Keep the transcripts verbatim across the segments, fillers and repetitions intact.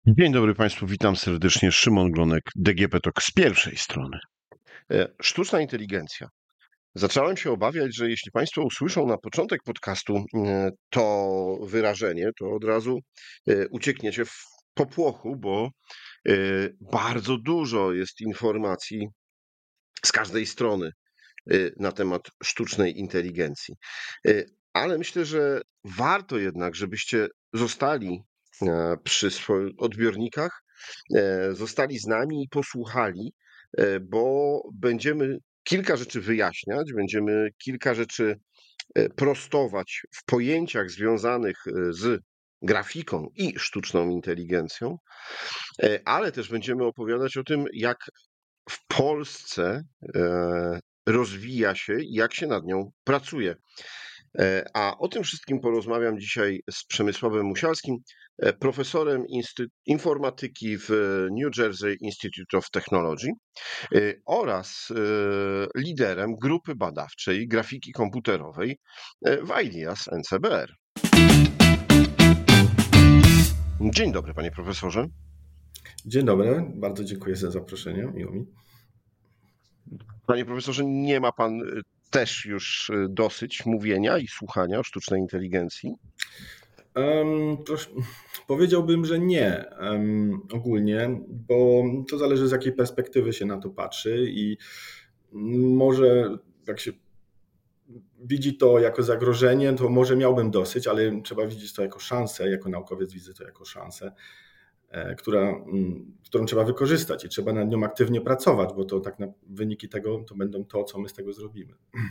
Dzień dobry Państwu, witam serdecznie. Szymon Glonek, D G P Talk z pierwszej strony. E, Sztuczna inteligencja. Zacząłem się obawiać, że jeśli Państwo usłyszą na początek podcastu e, to wyrażenie, to od razu e, uciekniecie w popłochu, bo e, bardzo dużo jest informacji z każdej strony e, na temat sztucznej inteligencji. E, Ale myślę, że warto jednak, żebyście zostali e, przy swoich odbiornikach, e, zostali z nami i posłuchali, e, bo będziemy kilka rzeczy wyjaśniać, będziemy kilka rzeczy e, prostować w pojęciach związanych e, z grafiką i sztuczną inteligencją, e, ale też będziemy opowiadać o tym, jak w Polsce e, rozwija się i jak się nad nią pracuje. E, A o tym wszystkim porozmawiam dzisiaj z Przemysławem Musialskim, e, profesorem insty- informatyki w New Jersey Institute of Technology e, oraz e, liderem grupy badawczej grafiki komputerowej e, w IDEAS N C B R. Dzień dobry, panie profesorze. Dzień dobry, bardzo dziękuję za zaproszenie, miło mi. Panie profesorze, nie ma pan e, też już e, dosyć mówienia i słuchania o sztucznej inteligencji? Um, proszę, powiedziałbym, że nie um, ogólnie, bo to zależy z jakiej perspektywy się na to patrzy i może jak się widzi to jako zagrożenie, to może miałbym dosyć, ale trzeba widzieć to jako szansę, jako naukowiec widzę to jako szansę, e, która, m, którą trzeba wykorzystać i trzeba nad nią aktywnie pracować, bo to tak na wyniki tego to będą to, co my z tego zrobimy.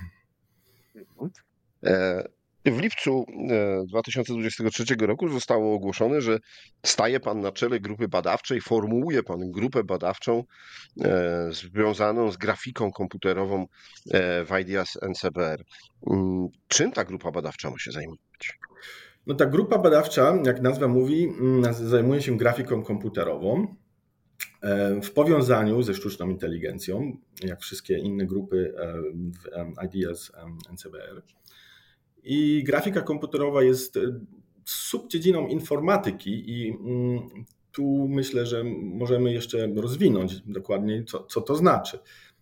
E, W lipcu e, dwa tysiące dwudziestego trzeciego roku zostało ogłoszone, że staje pan na czele grupy badawczej, formułuje pan grupę badawczą e, związaną z grafiką komputerową e, w IDEAS N C B R. Mm, Czym ta grupa badawcza ma się zajmować? No ta grupa badawcza, jak nazwa mówi, zajmuje się grafiką komputerową w powiązaniu ze sztuczną inteligencją, jak wszystkie inne grupy w IDEAS N C B R. I grafika komputerowa jest subdziedziną informatyki i tu myślę, że możemy jeszcze rozwinąć dokładniej, co, co to znaczy.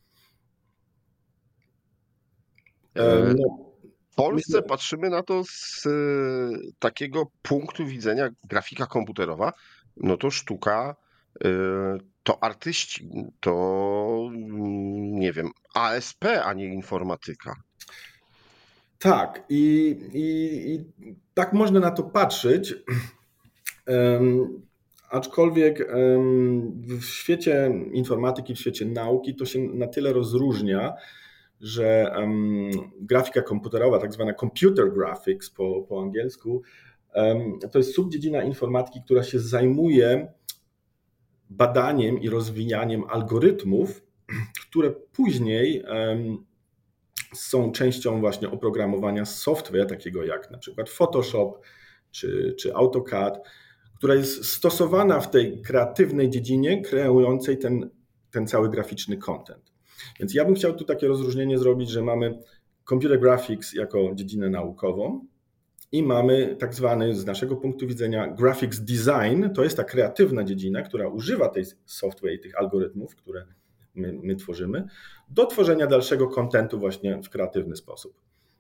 E, No, W Polsce myślę, patrzymy na to z e, takiego punktu widzenia grafika komputerowa, no to sztuka, e, to artyści, to mm, nie wiem, A S P, a nie informatyka. tak, i, i, i tak można na to patrzeć. Um, aczkolwiek um, w świecie informatyki, w świecie nauki to się na tyle rozróżnia, że um, grafika komputerowa, tak zwana computer graphics po, po angielsku, um, to jest subdziedzina informatyki, która się zajmuje badaniem i rozwijaniem algorytmów, które później um, są częścią właśnie oprogramowania software, takiego jak na przykład Photoshop czy, czy AutoCAD, która jest stosowana w tej kreatywnej dziedzinie, kreującej ten, ten cały graficzny content. Więc ja bym chciał tu takie rozróżnienie zrobić, że mamy computer graphics jako dziedzinę naukową i mamy tak zwany z naszego punktu widzenia graphics design, to jest ta kreatywna dziedzina, która używa tej software i tych algorytmów, które my, my tworzymy, do tworzenia dalszego kontentu właśnie w kreatywny sposób.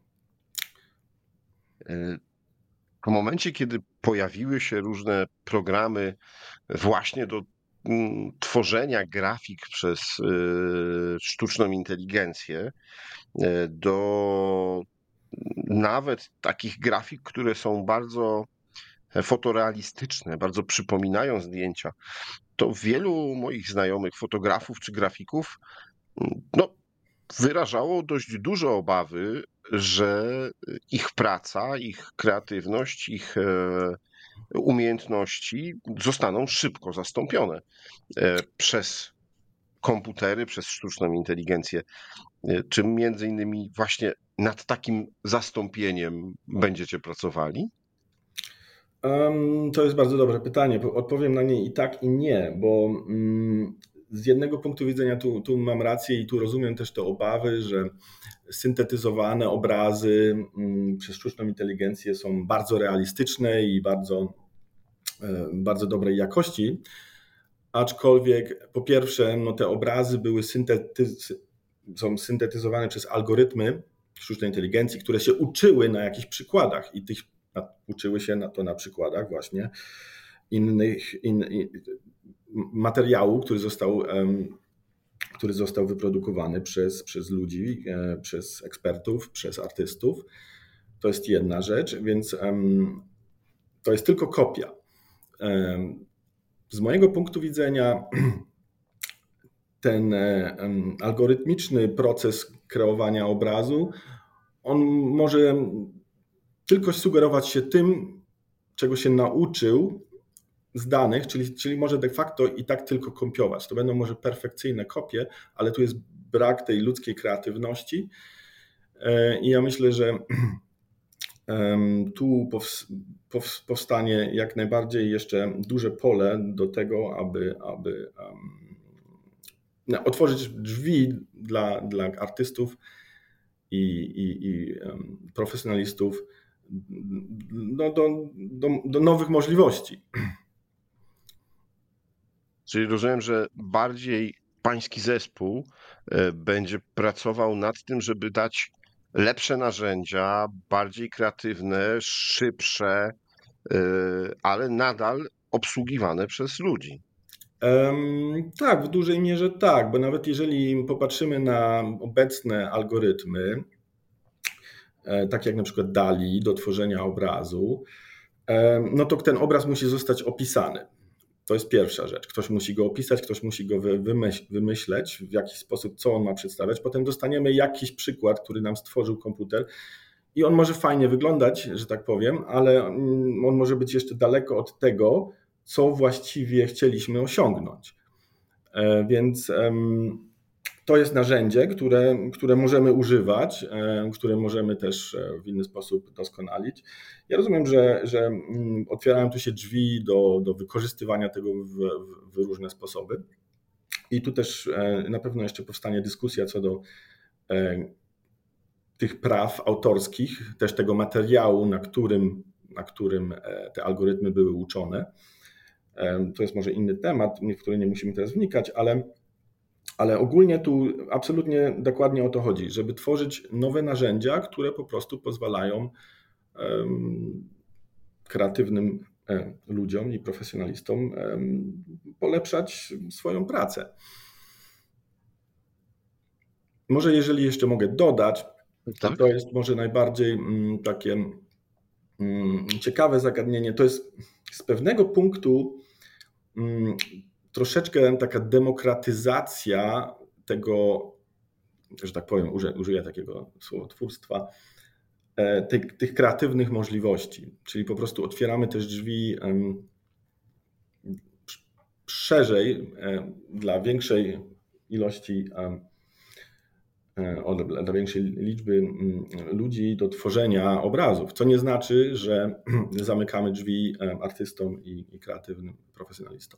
W momencie, kiedy pojawiły się różne programy właśnie do mm, tworzenia grafik przez y, sztuczną inteligencję, y, do nawet takich grafik, które są bardzo fotorealistyczne, bardzo przypominają zdjęcia, to wielu moich znajomych fotografów czy grafików mm, no, wyrażało dość duże obawy, że ich praca, ich kreatywność, ich e, umiejętności zostaną szybko zastąpione e, przez komputery, przez sztuczną inteligencję. E, Czy między innymi właśnie nad takim zastąpieniem będziecie pracowali? Um, to jest bardzo dobre pytanie. Odpowiem na nie i tak, i nie, bo um, z jednego punktu widzenia tu, tu mam rację i tu rozumiem też te obawy, że syntetyzowane obrazy um, przez sztuczną inteligencję są bardzo realistyczne i bardzo bardzo dobrej jakości, aczkolwiek po pierwsze no te obrazy były syntetyz- są syntetyzowane przez algorytmy sztucznej inteligencji, które się uczyły na jakichś przykładach i tych uczyły się na to na przykładach właśnie innych in, in, materiału, który został, który został wyprodukowany przez, przez ludzi, przez ekspertów, przez artystów. To jest jedna rzecz, więc to jest tylko kopia. Z mojego punktu widzenia ten algorytmiczny proces kreowania obrazu, on może tylko sugerować się tym, czego się nauczył z danych, czyli, czyli może de facto i tak tylko kopiować. To będą może perfekcyjne kopie, ale tu jest brak tej ludzkiej kreatywności i ja myślę, że tu powstanie jak najbardziej jeszcze duże pole do tego, aby, aby no, otworzyć drzwi dla, dla artystów i, i, i profesjonalistów no, do, do, do nowych możliwości. Czyli rozumiem, że bardziej pański zespół będzie pracował nad tym, żeby dać lepsze narzędzia, bardziej kreatywne, szybsze, ale nadal obsługiwane przez ludzi. Um, tak, w dużej mierze tak, bo nawet jeżeli popatrzymy na obecne algorytmy, tak jak na przykład DALL-E do tworzenia obrazu, no to ten obraz musi zostać opisany. To jest pierwsza rzecz. Ktoś musi go opisać, ktoś musi go wymyśl, wymyśleć, w jakiś sposób, co on ma przedstawiać. Potem dostaniemy jakiś przykład, który nam stworzył komputer i on może fajnie wyglądać, że tak powiem, ale on może być jeszcze daleko od tego, co właściwie chcieliśmy osiągnąć. Więc to jest narzędzie, które, które możemy używać, które możemy też w inny sposób doskonalić. Ja rozumiem, że, że otwierają tu się drzwi do, do wykorzystywania tego w, w różne sposoby. I tu też na pewno jeszcze powstanie dyskusja co do tych praw autorskich, też tego materiału, na którym, na którym te algorytmy były uczone. To jest może inny temat, w który nie musimy teraz wnikać, ale Ale ogólnie tu absolutnie dokładnie o to chodzi, żeby tworzyć nowe narzędzia, które po prostu pozwalają um, kreatywnym ludziom i profesjonalistom um, polepszać swoją pracę. Może jeżeli jeszcze mogę dodać, to Tak? to jest może najbardziej um, takie um, ciekawe zagadnienie. To jest z pewnego punktu um, troszeczkę taka demokratyzacja tego, że tak powiem, użyję takiego słowotwórstwa, tych, tych kreatywnych możliwości. Czyli po prostu otwieramy też drzwi szerzej dla większej ilości, dla większej liczby ludzi do tworzenia obrazów, co nie znaczy, że zamykamy drzwi artystom i, i kreatywnym profesjonalistom.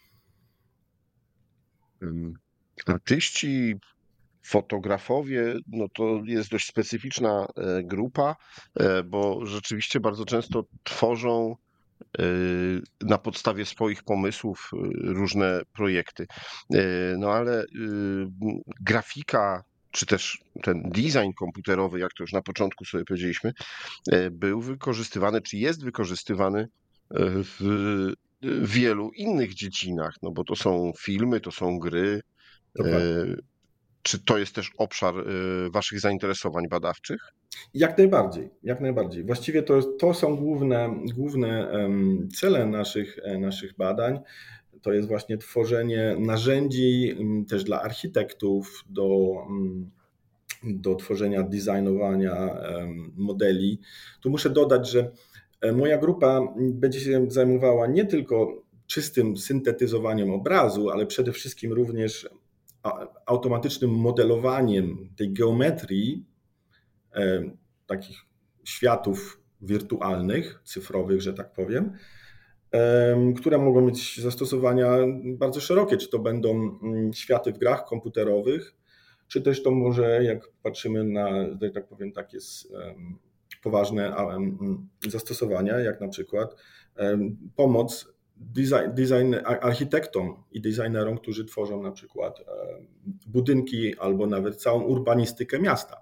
Artyści, fotografowie, no to jest dość specyficzna grupa, bo rzeczywiście bardzo często tworzą na podstawie swoich pomysłów różne projekty. No ale grafika, czy też ten design komputerowy, jak to już na początku sobie powiedzieliśmy, był wykorzystywany, czy jest wykorzystywany w wielu innych dziedzinach, no bo to są filmy, to są gry. Dokładnie. Czy to jest też obszar waszych zainteresowań badawczych? Jak najbardziej, jak najbardziej. Właściwie to, to są główne, główne cele naszych, naszych badań. To jest właśnie tworzenie narzędzi też dla architektów do, do tworzenia, designowania modeli. Tu muszę dodać, że moja grupa będzie się zajmowała nie tylko czystym syntetyzowaniem obrazu, ale przede wszystkim również automatycznym modelowaniem tej geometrii takich światów wirtualnych, cyfrowych, że tak powiem, które mogą mieć zastosowania bardzo szerokie, czy to będą światy w grach komputerowych, czy też to może, jak patrzymy na, że tak powiem, takie poważne zastosowania, jak na przykład pomoc design, design architektom i designerom, którzy tworzą na przykład budynki albo nawet całą urbanistykę miasta.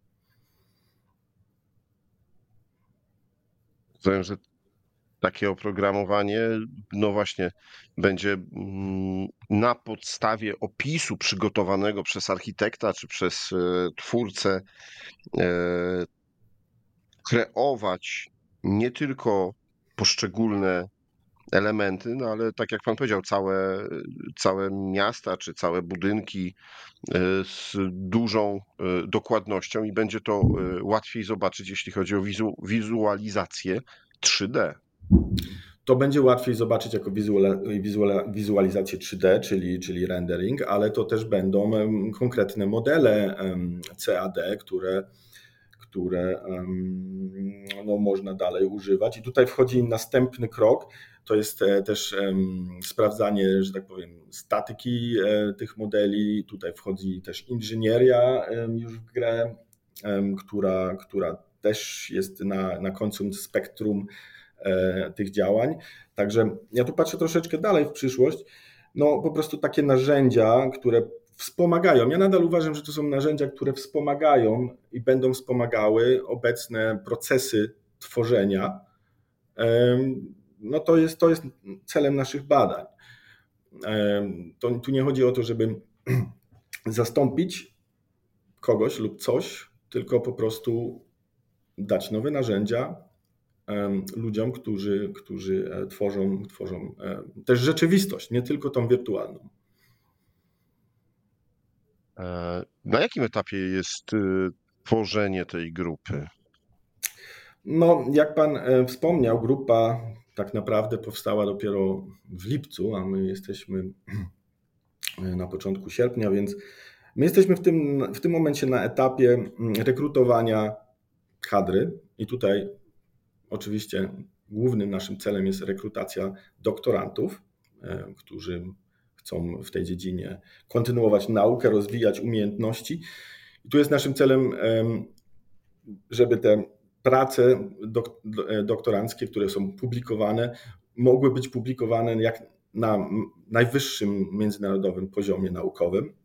Rozumiem, że takie oprogramowanie, no właśnie, będzie na podstawie opisu przygotowanego przez architekta czy przez twórcę kreować nie tylko poszczególne elementy, no ale tak jak pan powiedział, całe, całe miasta czy całe budynki z dużą dokładnością i będzie to łatwiej zobaczyć, jeśli chodzi o wizu, wizualizację trzy D. To będzie łatwiej zobaczyć jako wizualizację trzy D, czyli, czyli rendering, ale to też będą konkretne modele C A D, które, które no, można dalej używać. I tutaj wchodzi następny krok, to jest też sprawdzanie, że tak powiem, statyki tych modeli. Tutaj wchodzi też inżynieria już w grę, która, która też jest na, na końcu spektrum tych działań. Także ja tu patrzę troszeczkę dalej w przyszłość. No po prostu takie narzędzia, które wspomagają. Ja nadal uważam, że to są narzędzia, które wspomagają i będą wspomagały obecne procesy tworzenia. No to jest, to jest celem naszych badań. To, tu nie chodzi o to, żeby zastąpić kogoś lub coś, tylko po prostu dać nowe narzędzia ludziom, którzy, którzy tworzą, tworzą też rzeczywistość, nie tylko tą wirtualną. Na jakim etapie jest tworzenie tej grupy? No, jak pan wspomniał, grupa tak naprawdę powstała dopiero w lipcu, a my jesteśmy na początku sierpnia, więc my jesteśmy w tym, w tym momencie na etapie rekrutowania kadry i tutaj oczywiście głównym naszym celem jest rekrutacja doktorantów, którzy chcą w tej dziedzinie kontynuować naukę, rozwijać umiejętności. I tu jest naszym celem, żeby te prace doktoranckie, które są publikowane, mogły być publikowane jak na najwyższym międzynarodowym poziomie naukowym.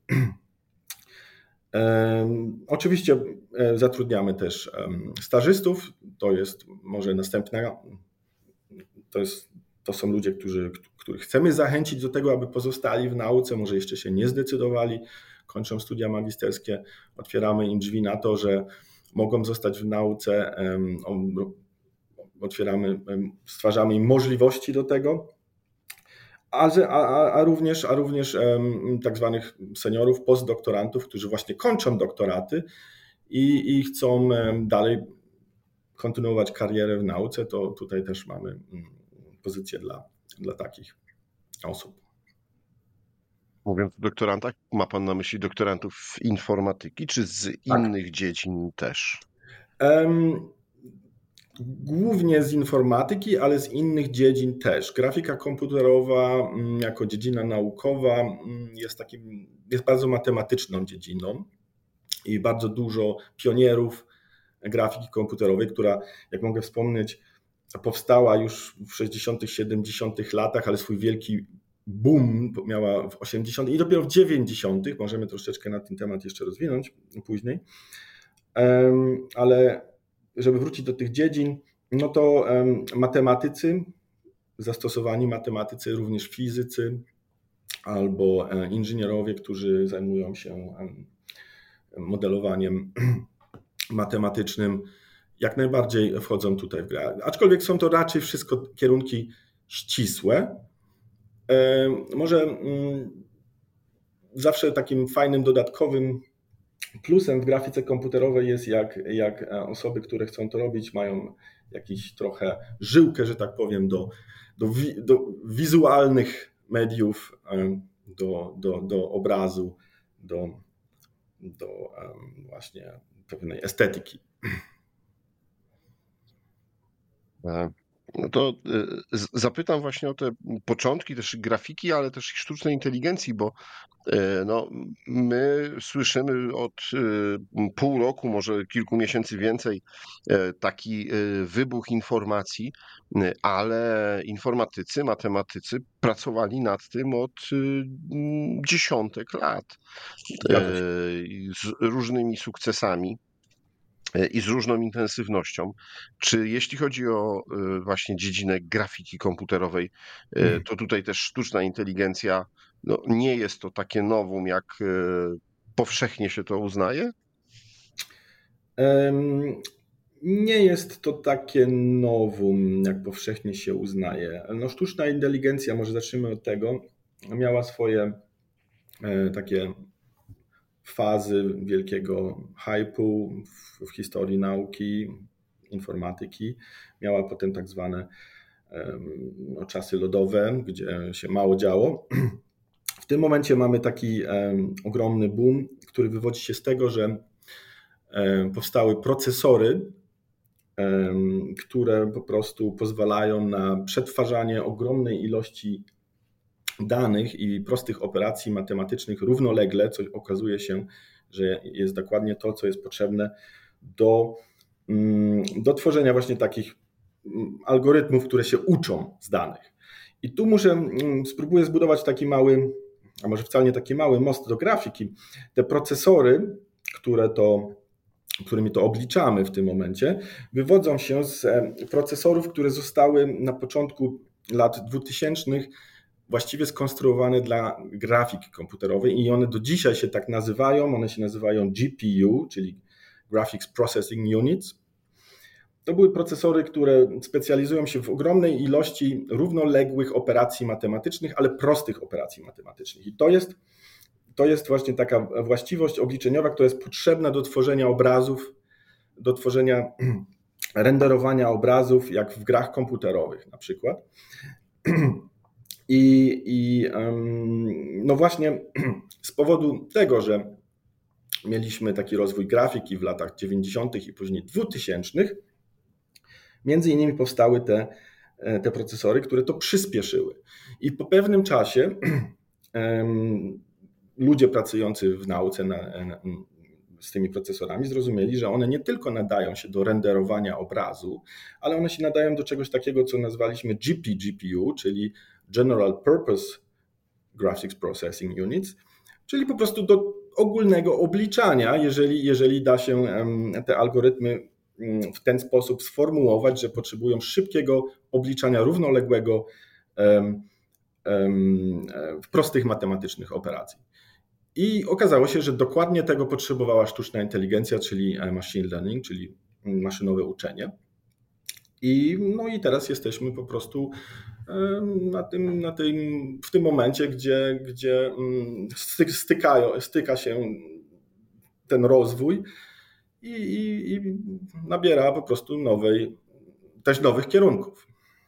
Oczywiście zatrudniamy też stażystów, to jest może następna, to, jest, to są ludzie, którzy, których chcemy zachęcić do tego, aby pozostali w nauce, może jeszcze się nie zdecydowali, kończą studia magisterskie, otwieramy im drzwi na to, że mogą zostać w nauce, otwieramy, stwarzamy im możliwości do tego. A, a, a, również, a również um, tak zwanych seniorów, postdoktorantów, którzy właśnie kończą doktoraty i, i chcą um, dalej kontynuować karierę w nauce, to tutaj też mamy um, pozycję dla, dla takich osób. Mówiąc o doktorantach, ma pan na myśli doktorantów z informatyki, czy z tak. innych dziedzin też? Um, Głównie z informatyki, ale z innych dziedzin też. Grafika komputerowa jako dziedzina naukowa jest, takim, jest bardzo matematyczną dziedziną i bardzo dużo pionierów grafiki komputerowej, która, jak mogę wspomnieć, powstała już w sześćdziesiątych, siedemdziesiątych latach, ale swój wielki boom miała w osiemdziesiątych i dopiero w dziewięćdziesiątych. Możemy troszeczkę na ten temat jeszcze rozwinąć później. Ale żeby wrócić do tych dziedzin, no to matematycy, zastosowani matematycy, również fizycy albo inżynierowie, którzy zajmują się modelowaniem matematycznym, jak najbardziej wchodzą tutaj w grę. Aczkolwiek są to raczej wszystko kierunki ścisłe. Może zawsze takim fajnym, dodatkowym plusem w grafice komputerowej jest, jak, jak osoby, które chcą to robić, mają jakiś trochę żyłkę, że tak powiem, do, do, do wizualnych mediów, do, do, do obrazu, do, do właśnie pewnej estetyki. No to y, z- zapytam właśnie o te początki też grafiki, ale też i sztucznej inteligencji, bo E, no, my słyszymy od e, pół roku, może kilku miesięcy więcej, e, taki e, wybuch informacji, e, ale informatycy, matematycy pracowali nad tym od e, m, dziesiątek lat e, Zgadza się. i z różnymi sukcesami. e, I z różną intensywnością. Czy jeśli chodzi o e, właśnie dziedzinę grafiki komputerowej, e, to tutaj też sztuczna inteligencja, no, nie jest to takie nowum, jak e, powszechnie się to uznaje? Em, Nie jest to takie nowum, jak powszechnie się uznaje. No, sztuczna inteligencja, może zacznijmy od tego, miała swoje e, takie fazy wielkiego hypu w, w historii nauki, informatyki. Miała potem tak zwane em, no, czasy lodowe, gdzie się mało działo. W tym momencie mamy taki em, ogromny boom, który wywodzi się z tego, że em, powstały procesory, em, które po prostu pozwalają na przetwarzanie ogromnej ilości danych i prostych operacji matematycznych równolegle, co okazuje się, że jest dokładnie to, co jest potrzebne do, mm, do tworzenia właśnie takich mm, algorytmów, które się uczą z danych. I tu muszę, mm, spróbuję zbudować taki mały, a może wcale nie taki mały most do grafiki. Te procesory, które to, którymi to obliczamy w tym momencie, wywodzą się z e, procesorów, które zostały na początku lat dwutysięcznych właściwie skonstruowane dla grafiki komputerowej i one do dzisiaj się tak nazywają. One się nazywają G P U, czyli Graphics Processing Units. To były procesory, które specjalizują się w ogromnej ilości równoległych operacji matematycznych, ale prostych operacji matematycznych. I to jest, to jest właśnie taka właściwość obliczeniowa, która jest potrzebna do tworzenia obrazów, do tworzenia renderowania obrazów, jak w grach komputerowych na przykład. I, i no właśnie z powodu tego, że mieliśmy taki rozwój grafiki w latach dziewięćdziesiątych i później dwutysięcznych, między innymi powstały te, te procesory, które to przyspieszyły. I po pewnym czasie ludzie pracujący w nauce na, na, z tymi procesorami zrozumieli, że one nie tylko nadają się do renderowania obrazu, ale one się nadają do czegoś takiego, co nazwaliśmy G P G P U, czyli General Purpose Graphics Processing Units, czyli po prostu do ogólnego obliczania, jeżeli, jeżeli da się te algorytmy w ten sposób sformułować, że potrzebują szybkiego obliczania równoległego w prostych matematycznych operacji. I okazało się, że dokładnie tego potrzebowała sztuczna inteligencja, czyli machine learning, czyli maszynowe uczenie. I, no i teraz jesteśmy po prostu na tym, na tym, w tym momencie, gdzie, gdzie stykają, styka się ten rozwój i, i, i nabiera po prostu nowej, też nowych kierunków.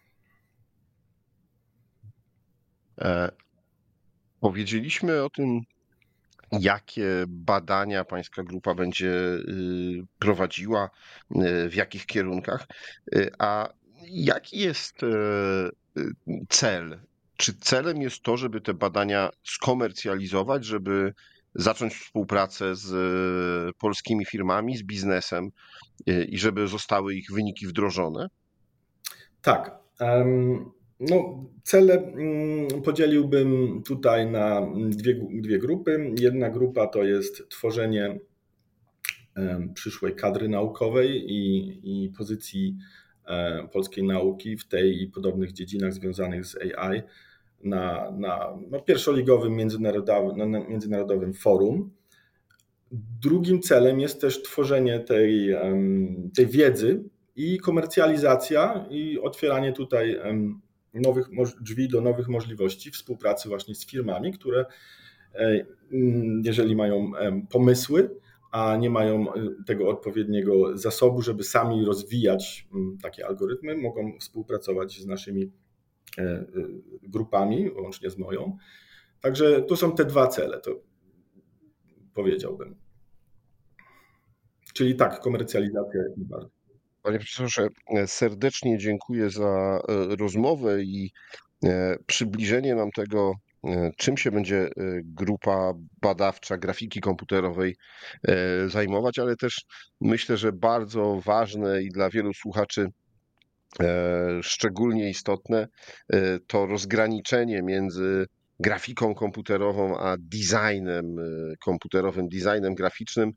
E, Powiedzieliśmy o tym, jakie badania pańska grupa będzie y, prowadziła, y, w jakich kierunkach, y, a jaki jest e, y, cel? Czy celem jest to, żeby te badania skomercjalizować, żeby zacząć współpracę z e, polskimi firmami, z biznesem y, i żeby zostały ich wyniki wdrożone? Tak. No, cele podzieliłbym tutaj na dwie, dwie grupy. Jedna grupa to jest tworzenie przyszłej kadry naukowej i, i pozycji polskiej nauki w tej i podobnych dziedzinach związanych z A I na, na no, pierwszoligowym międzynarodowym, na międzynarodowym forum. Drugim celem jest też tworzenie tej, tej wiedzy i komercjalizacja i otwieranie tutaj nowych drzwi do nowych możliwości współpracy właśnie z firmami, które jeżeli mają pomysły, a nie mają tego odpowiedniego zasobu, żeby sami rozwijać takie algorytmy, mogą współpracować z naszymi grupami, łącznie z moją. Także to są te dwa cele, to powiedziałbym. Czyli tak, komercjalizacja jak najbardziej. Panie profesorze, serdecznie dziękuję za rozmowę i przybliżenie nam tego, czym się będzie grupa badawcza grafiki komputerowej zajmować, ale też myślę, że bardzo ważne i dla wielu słuchaczy szczególnie istotne to rozgraniczenie między grafiką komputerową a designem komputerowym, designem graficznym,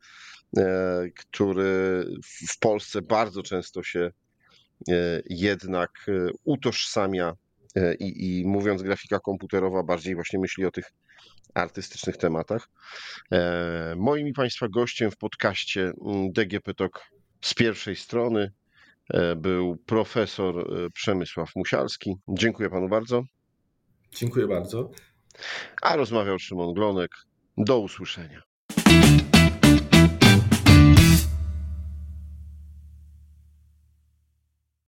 który w Polsce bardzo często się jednak utożsamia i, i mówiąc grafika komputerowa, bardziej właśnie myśli o tych artystycznych tematach. Moim i Państwa gościem w podcaście D G P Talk z pierwszej strony był profesor Przemysław Musialski. Dziękuję Panu bardzo. Dziękuję bardzo. A rozmawiał Szymon Glonek. Do usłyszenia.